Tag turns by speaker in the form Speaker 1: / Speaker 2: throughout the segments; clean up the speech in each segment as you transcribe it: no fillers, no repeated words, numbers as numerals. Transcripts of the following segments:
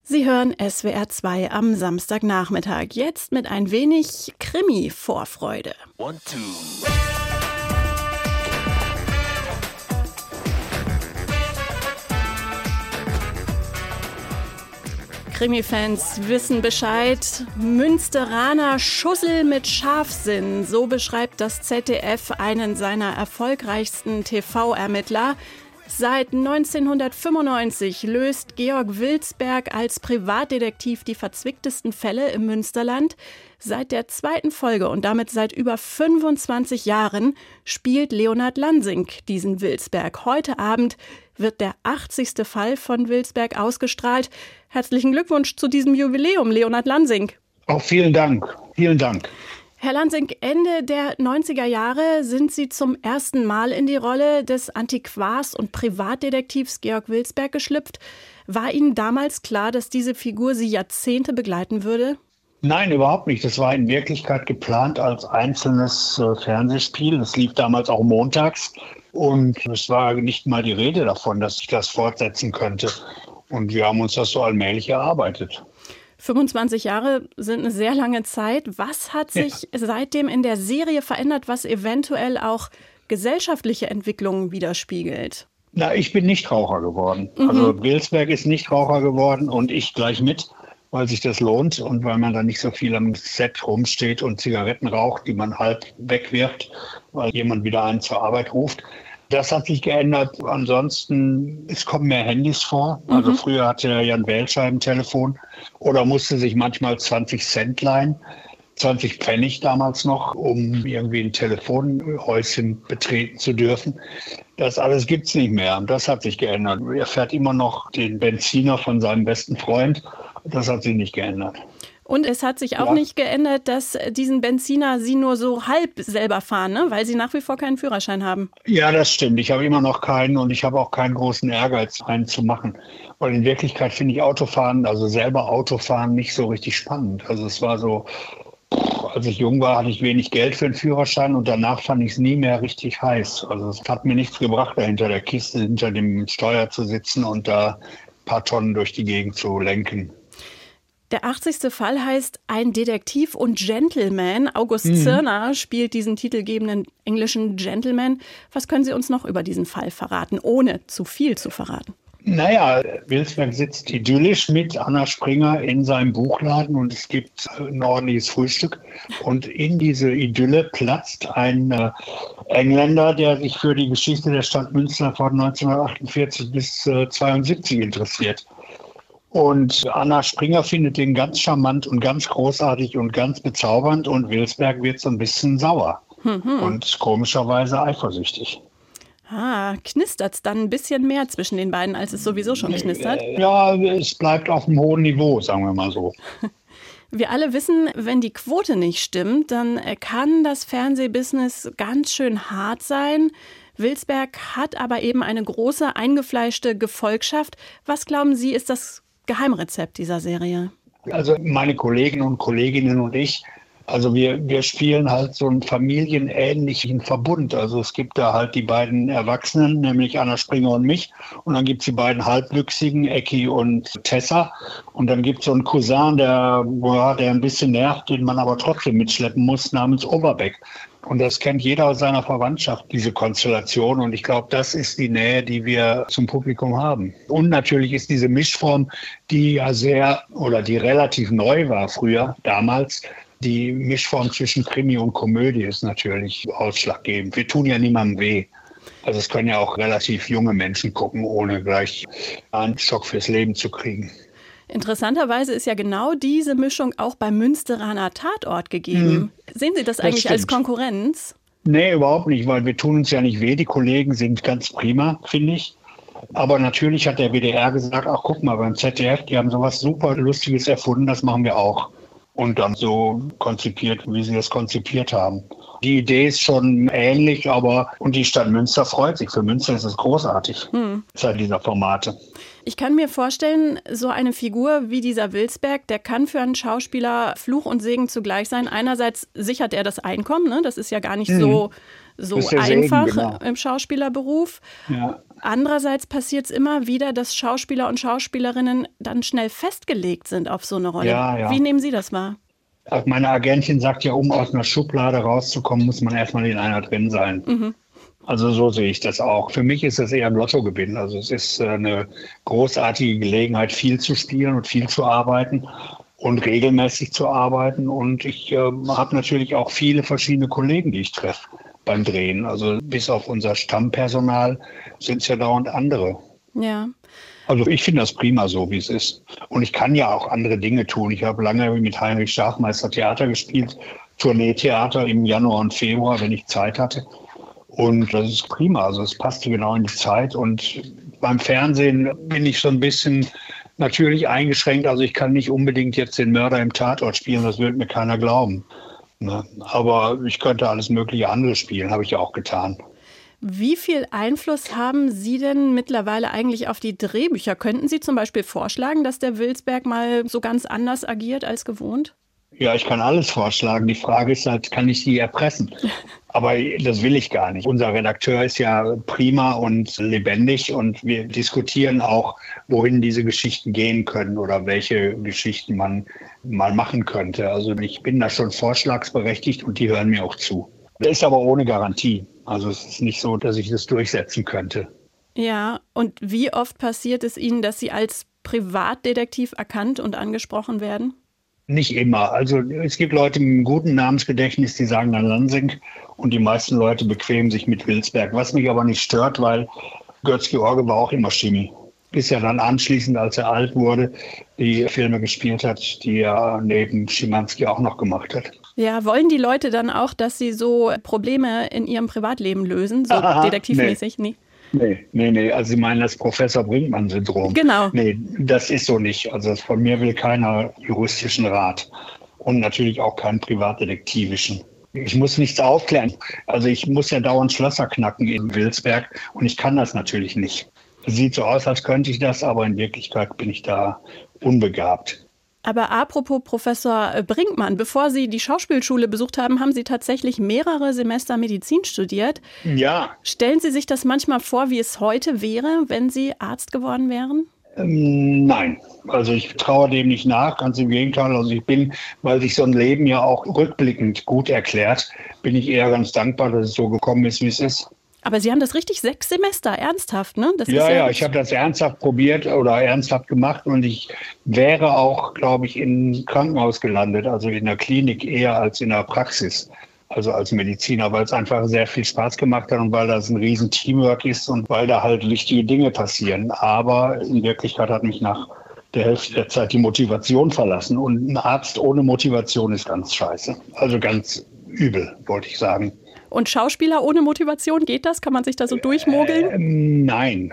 Speaker 1: Sie hören SWR 2 am Samstagnachmittag. Jetzt mit ein wenig Krimi-Vorfreude.
Speaker 2: 1, 2.
Speaker 1: Krimi-Fans wissen Bescheid. Münsteraner Schussel mit Scharfsinn. So beschreibt das ZDF einen seiner erfolgreichsten TV-Ermittler. Seit 1995 löst Georg Wilsberg als Privatdetektiv die verzwicktesten Fälle im Münsterland. Seit der zweiten Folge und damit seit über 25 Jahren spielt Leonhard Lansing diesen Wilsberg. Heute Abend wird der 80. Fall von Wilsberg ausgestrahlt. Herzlichen Glückwunsch zu diesem Jubiläum, Leonhard Lansing.
Speaker 3: Auch vielen Dank. Vielen Dank.
Speaker 1: Herr Lansing, Ende der 90er Jahre sind Sie zum ersten Mal in die Rolle des Antiquars und Privatdetektivs Georg Wilsberg geschlüpft. War Ihnen damals klar, dass diese Figur Sie Jahrzehnte begleiten würde?
Speaker 3: Nein, überhaupt nicht. Das war in Wirklichkeit geplant als einzelnes Fernsehspiel. Das lief damals auch montags. Und es war nicht mal die Rede davon, dass ich das fortsetzen könnte. Und wir haben uns das so allmählich erarbeitet.
Speaker 1: 25 Jahre sind eine sehr lange Zeit. Was hat sich seitdem in der Serie verändert, was eventuell auch gesellschaftliche Entwicklungen widerspiegelt?
Speaker 3: Na, ich bin Nichtraucher geworden. Also Wilsberg ist Nichtraucher geworden und ich gleich mit, weil sich das lohnt und weil man da nicht so viel am Set rumsteht und Zigaretten raucht, die man halb wegwirft, weil jemand wieder einen zur Arbeit ruft. Das hat sich geändert. Ansonsten, es kommen mehr Handys vor. Also früher hatte er ja ein Wählscheibentelefon oder musste sich manchmal 20 Cent leihen, 20 Pfennig damals noch, um irgendwie ein Telefonhäuschen betreten zu dürfen. Das alles gibt's nicht mehr und das hat sich geändert. Er fährt immer noch den Benziner von seinem besten Freund. Das hat sich nicht geändert.
Speaker 1: Und es hat sich auch nicht geändert, dass diesen Benziner Sie nur so halb selber fahren, ne? Weil Sie nach wie vor keinen Führerschein haben.
Speaker 3: Ja, das stimmt. Ich habe immer noch keinen und ich habe auch keinen großen Ehrgeiz, einen zu machen. Weil in Wirklichkeit finde ich Autofahren, also selber Autofahren, nicht so richtig spannend. Also es war so, als ich jung war, hatte ich wenig Geld für einen Führerschein und danach fand ich es nie mehr richtig heiß. Also es hat mir nichts gebracht, da hinter der Kiste, hinter dem Steuer zu sitzen und da ein paar Tonnen durch die Gegend zu lenken.
Speaker 1: Der 80. Fall heißt Ein Detektiv und Gentleman. August Zirner spielt diesen titelgebenden englischen Gentleman. Was können Sie uns noch über diesen Fall verraten, ohne zu viel zu verraten?
Speaker 3: Naja, Wilsberg sitzt idyllisch mit Anna Springer in seinem Buchladen und es gibt ein ordentliches Frühstück. Und in diese Idylle platzt ein Engländer, der sich für die Geschichte der Stadt Münster von 1948 bis 1972 interessiert. Und Anna Springer findet den ganz charmant und ganz großartig und ganz bezaubernd und Wilsberg wird so ein bisschen sauer und komischerweise eifersüchtig.
Speaker 1: Knistert's dann ein bisschen mehr zwischen den beiden, als es sowieso schon knistert?
Speaker 3: Ja, es bleibt auf einem hohen Niveau, sagen wir mal so.
Speaker 1: Wir alle wissen, wenn die Quote nicht stimmt, dann kann das Fernsehbusiness ganz schön hart sein. Wilsberg hat aber eben eine große, eingefleischte Gefolgschaft. Was glauben Sie, ist das Geheimrezept dieser Serie?
Speaker 3: Also meine Kolleginnen und ich, also wir spielen halt so einen familienähnlichen Verbund. Also es gibt da halt die beiden Erwachsenen, nämlich Anna Springer und mich. Und dann gibt es die beiden Halbwüchsigen, Ecki und Tessa. Und dann gibt es so einen Cousin, der ein bisschen nervt, den man aber trotzdem mitschleppen muss, namens Oberbeck. Und das kennt jeder aus seiner Verwandtschaft, diese Konstellation. Und ich glaube, das ist die Nähe, die wir zum Publikum haben. Und natürlich ist diese Mischform, die die relativ neu war früher, damals, die Mischform zwischen Krimi und Komödie ist natürlich ausschlaggebend. Wir tun ja niemandem weh. Also es können ja auch relativ junge Menschen gucken, ohne gleich einen Schock fürs Leben zu kriegen.
Speaker 1: Interessanterweise ist ja genau diese Mischung auch beim Münsteraner Tatort gegeben. Sehen Sie das eigentlich als Konkurrenz?
Speaker 3: Nee, überhaupt nicht, weil wir tun uns ja nicht weh. Die Kollegen sind ganz prima, finde ich. Aber natürlich hat der WDR gesagt, ach guck mal, beim ZDF, die haben sowas super Lustiges erfunden, das machen wir auch. Und dann so konzipiert, wie sie das konzipiert haben. Die Idee ist schon ähnlich, und die Stadt Münster freut sich. Für Münster ist es großartig, seit dieser Formate.
Speaker 1: Ich kann mir vorstellen, so eine Figur wie dieser Wilsberg, der kann für einen Schauspieler Fluch und Segen zugleich sein. Einerseits sichert er das Einkommen, ne? Das ist ja gar nicht so so
Speaker 3: Das ist der
Speaker 1: einfach
Speaker 3: Segen, genau.
Speaker 1: im Schauspielerberuf.
Speaker 3: Ja.
Speaker 1: Andererseits passiert es immer wieder, dass Schauspieler und Schauspielerinnen dann schnell festgelegt sind auf so eine Rolle.
Speaker 3: Ja, ja.
Speaker 1: Wie nehmen Sie das wahr?
Speaker 3: Also meine Agentin sagt ja, um aus einer Schublade rauszukommen, muss man erstmal in einer drin sein.
Speaker 1: Mhm.
Speaker 3: Also so sehe ich das auch. Für mich ist das eher ein Lottogewinn. Also es ist eine großartige Gelegenheit, viel zu spielen und viel zu arbeiten und regelmäßig zu arbeiten. Und ich habe natürlich auch viele verschiedene Kollegen, die ich treffe beim Drehen. Also bis auf unser Stammpersonal sind es ja dauernd andere.
Speaker 1: Ja.
Speaker 3: Also ich finde das prima so, wie es ist. Und ich kann ja auch andere Dinge tun. Ich habe lange mit Heinrich Schachmeister Theater gespielt, Tourneetheater im Januar und Februar, wenn ich Zeit hatte. Und das ist prima, also es passte genau in die Zeit. Und beim Fernsehen bin ich so ein bisschen natürlich eingeschränkt. Also ich kann nicht unbedingt jetzt den Mörder im Tatort spielen, das würde mir keiner glauben. Ne? Aber ich könnte alles mögliche andere spielen, habe ich ja auch getan.
Speaker 1: Wie viel Einfluss haben Sie denn mittlerweile eigentlich auf die Drehbücher? Könnten Sie zum Beispiel vorschlagen, dass der Wilsberg mal so ganz anders agiert als gewohnt?
Speaker 3: Ja, ich kann alles vorschlagen. Die Frage ist halt, kann ich die erpressen? Aber das will ich gar nicht. Unser Redakteur ist ja prima und lebendig und wir diskutieren auch, wohin diese Geschichten gehen können oder welche Geschichten man mal machen könnte. Also ich bin da schon vorschlagsberechtigt und die hören mir auch zu. Das ist aber ohne Garantie. Also es ist nicht so, dass ich das durchsetzen könnte.
Speaker 1: Ja, und wie oft passiert es Ihnen, dass Sie als Privatdetektiv erkannt und angesprochen werden?
Speaker 3: Nicht immer. Also es gibt Leute mit einem guten Namensgedächtnis, die sagen dann Lansing und die meisten Leute bequemen sich mit Wilsberg. Was mich aber nicht stört, weil Götz-George war auch immer Chemie. Bis er dann anschließend, als er alt wurde, die Filme gespielt hat, die er neben Schimanski auch noch gemacht hat.
Speaker 1: Ja, wollen die Leute dann auch, dass Sie so Probleme in Ihrem Privatleben lösen, so detektivmäßig? Nee.
Speaker 3: Nee. Also Sie meinen das Professor Brinkmann-Syndrom.
Speaker 1: Genau.
Speaker 3: Nee, das ist so nicht. Also von mir will keiner juristischen Rat und natürlich auch keinen privatdetektivischen. Ich muss nichts aufklären. Also ich muss ja dauernd Schlösser knacken in Wilsberg und ich kann das natürlich nicht. Es sieht so aus, als könnte ich das, aber in Wirklichkeit bin ich da unbegabt.
Speaker 1: Aber apropos Professor Brinkmann, bevor Sie die Schauspielschule besucht haben, haben Sie tatsächlich mehrere Semester Medizin studiert.
Speaker 3: Ja.
Speaker 1: Stellen Sie sich das manchmal vor, wie es heute wäre, wenn Sie Arzt geworden wären?
Speaker 3: Nein, also ich traue dem nicht nach, ganz im Gegenteil. Also ich bin, weil sich so ein Leben ja auch rückblickend gut erklärt, bin ich eher ganz dankbar, dass es so gekommen ist, wie es ist.
Speaker 1: Aber Sie haben das richtig 6 Semester, ernsthaft, ne? Das
Speaker 3: Ja,
Speaker 1: ist
Speaker 3: ja, ich habe das ernsthaft probiert oder ernsthaft gemacht und ich wäre auch, glaube ich, im Krankenhaus gelandet, also in der Klinik eher als in der Praxis, also als Mediziner, weil es einfach sehr viel Spaß gemacht hat und weil das ein riesen Teamwork ist und weil da halt wichtige Dinge passieren. Aber in Wirklichkeit hat mich nach der Hälfte der Zeit die Motivation verlassen und ein Arzt ohne Motivation ist ganz scheiße, also ganz übel, wollte ich sagen.
Speaker 1: Und Schauspieler ohne Motivation, geht das? Kann man sich da so durchmogeln?
Speaker 3: Nein.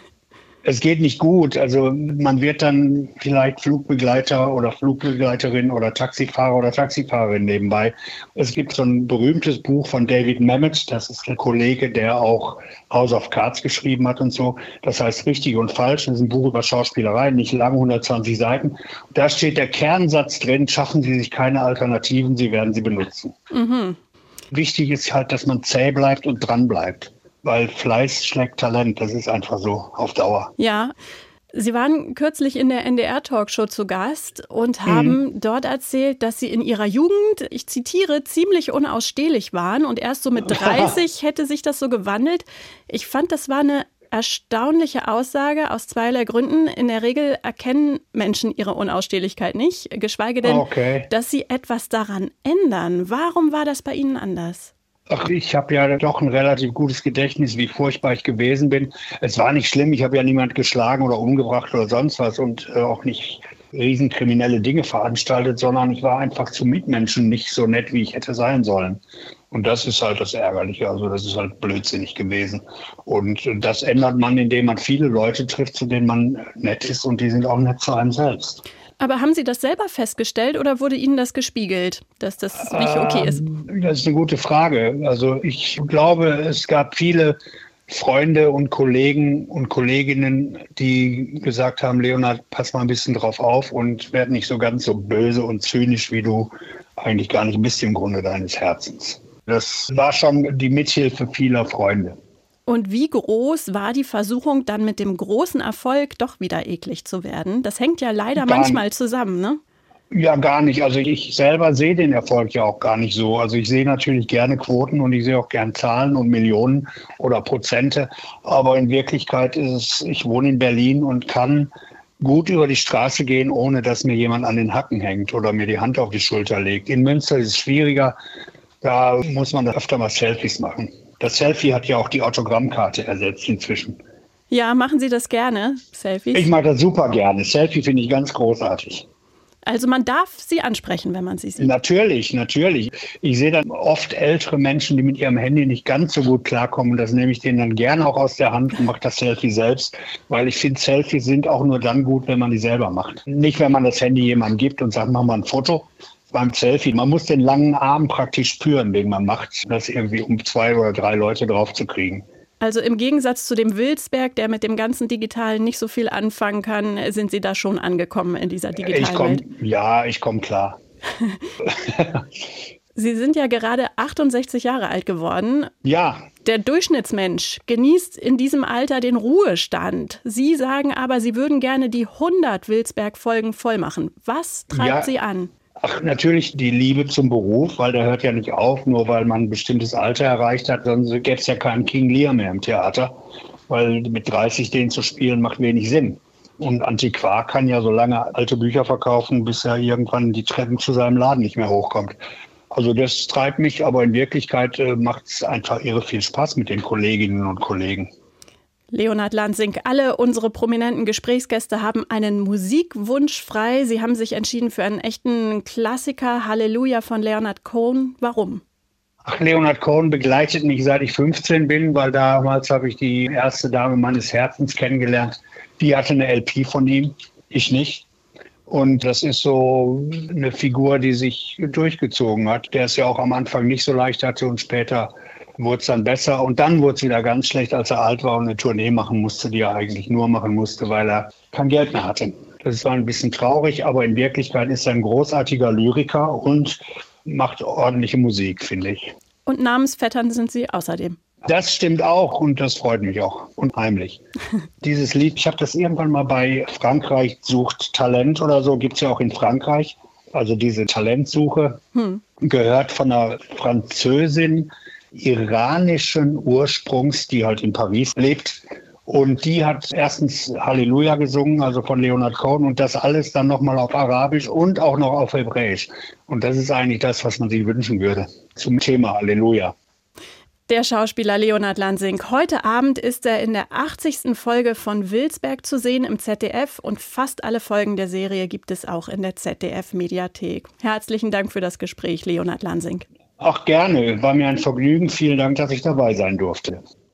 Speaker 3: Es geht nicht gut. Also man wird dann vielleicht Flugbegleiter oder Flugbegleiterin oder Taxifahrer oder Taxifahrerin nebenbei. Es gibt so ein berühmtes Buch von David Mamet. Das ist ein Kollege, der auch House of Cards geschrieben hat und so. Das heißt Richtig und Falsch. Das ist ein Buch über Schauspielerei, nicht lang, 120 Seiten. Da steht der Kernsatz drin, schaffen Sie sich keine Alternativen, Sie werden sie benutzen. Mhm. Wichtig ist halt, dass man zäh bleibt und dran bleibt, weil Fleiß schlägt Talent, das ist einfach so auf Dauer.
Speaker 1: Ja, Sie waren kürzlich in der NDR-Talkshow zu Gast und haben dort erzählt, dass Sie in Ihrer Jugend, ich zitiere, ziemlich unausstehlich waren und erst so mit 30 hätte sich das so gewandelt. Ich fand, das war eine erstaunliche Aussage aus zweierlei Gründen. In der Regel erkennen Menschen ihre Unausstehlichkeit nicht, geschweige denn, dass sie etwas daran ändern. Warum war das bei Ihnen anders?
Speaker 3: Ach, ich habe ja doch ein relativ gutes Gedächtnis, wie furchtbar ich gewesen bin. Es war nicht schlimm, ich habe ja niemand geschlagen oder umgebracht oder sonst was und auch nicht riesenkriminelle Dinge veranstaltet, sondern ich war einfach zu Mitmenschen nicht so nett, wie ich hätte sein sollen. Und das ist halt das Ärgerliche, also das ist halt blödsinnig gewesen. Und das ändert man, indem man viele Leute trifft, zu denen man nett ist und die sind auch nett zu einem selbst.
Speaker 1: Aber haben Sie das selber festgestellt oder wurde Ihnen das gespiegelt, dass das nicht okay ist?
Speaker 3: Das ist eine gute Frage. Also ich glaube, es gab viele Freunde und Kollegen und Kolleginnen, die gesagt haben, Leonhard, pass mal ein bisschen drauf auf und werd nicht so ganz so böse und zynisch, wie du eigentlich gar nicht bist im Grunde deines Herzens. Das war schon die Mithilfe vieler Freunde.
Speaker 1: Und wie groß war die Versuchung, dann mit dem großen Erfolg doch wieder eklig zu werden? Das hängt ja leider manchmal zusammen, ne?
Speaker 3: Ja, gar nicht. Also ich selber sehe den Erfolg ja auch gar nicht so. Also ich sehe natürlich gerne Quoten und ich sehe auch gern Zahlen und Millionen oder Prozente. Aber in Wirklichkeit ist es, ich wohne in Berlin und kann gut über die Straße gehen, ohne dass mir jemand an den Hacken hängt oder mir die Hand auf die Schulter legt. In Münster ist es schwieriger. Da muss man öfter mal Selfies machen. Das Selfie hat ja auch die Autogrammkarte ersetzt inzwischen.
Speaker 1: Ja, machen Sie das gerne, Selfies?
Speaker 3: Ich mache das super gerne. Selfie finde ich ganz großartig.
Speaker 1: Also man darf Sie ansprechen, wenn man sie sieht.
Speaker 3: Natürlich. Ich sehe dann oft ältere Menschen, die mit ihrem Handy nicht ganz so gut klarkommen. Das nehme ich denen dann gerne auch aus der Hand und mache das Selfie selbst. Weil ich finde, Selfies sind auch nur dann gut, wenn man die selber macht. Nicht, wenn man das Handy jemandem gibt und sagt, mach mal ein Foto. Beim Selfie, man muss den langen Arm praktisch spüren, den man macht, das irgendwie um 2 oder 3 Leute drauf zu kriegen.
Speaker 1: Also im Gegensatz zu dem Wilsberg, der mit dem ganzen Digitalen nicht so viel anfangen kann, sind Sie da schon angekommen in dieser digitalen Welt?
Speaker 3: Ich komme klar.
Speaker 1: Sie sind ja gerade 68 Jahre alt geworden.
Speaker 3: Ja.
Speaker 1: Der Durchschnittsmensch genießt in diesem Alter den Ruhestand. Sie sagen aber, Sie würden gerne die 100 Wilsberg-Folgen voll machen. Was treibt Sie an?
Speaker 3: Ach, natürlich die Liebe zum Beruf, weil der hört ja nicht auf, nur weil man ein bestimmtes Alter erreicht hat. Sonst gäbe es ja keinen King Lear mehr im Theater, weil mit 30 den zu spielen macht wenig Sinn. Und Antiquar kann ja so lange alte Bücher verkaufen, bis er irgendwann die Treppen zu seinem Laden nicht mehr hochkommt. Also das treibt mich, aber in Wirklichkeit macht es einfach irre viel Spaß mit den Kolleginnen und Kollegen.
Speaker 1: Leonhard Lansing, alle unsere prominenten Gesprächsgäste haben einen Musikwunsch frei. Sie haben sich entschieden für einen echten Klassiker, Halleluja von Leonard Cohen. Warum?
Speaker 3: Ach, Leonard Cohen begleitet mich, seit ich 15 bin, weil damals habe ich die erste Dame meines Herzens kennengelernt. Die hatte eine LP von ihm, ich nicht. Und das ist so eine Figur, die sich durchgezogen hat, der es ja auch am Anfang nicht so leicht hatte und später wurde es dann besser. Und dann wurde es wieder ganz schlecht, als er alt war und eine Tournee machen musste, die er eigentlich nur machen musste, weil er kein Geld mehr hatte. Das war ein bisschen traurig, aber in Wirklichkeit ist er ein großartiger Lyriker und macht ordentliche Musik, finde ich.
Speaker 1: Und Namensvettern sind Sie außerdem.
Speaker 3: Das stimmt auch und das freut mich auch unheimlich. Dieses Lied, ich habe das irgendwann mal bei Frankreich sucht Talent oder so, gibt es ja auch in Frankreich. Also diese Talentsuche gehört von einer Französin iranischen Ursprungs, die halt in Paris lebt. Und die hat erstens Halleluja gesungen, also von Leonard Cohen, und das alles dann nochmal auf Arabisch und auch noch auf Hebräisch. Und das ist eigentlich das, was man sich wünschen würde zum Thema Halleluja.
Speaker 1: Der Schauspieler Leonhard Lansing. Heute Abend ist er in der 80. Folge von Wilsberg zu sehen im ZDF und fast alle Folgen der Serie gibt es auch in der ZDF-Mediathek. Herzlichen Dank für das Gespräch, Leonhard Lansing.
Speaker 3: Ach, gerne. War mir ein Vergnügen. Vielen Dank, dass ich dabei sein durfte.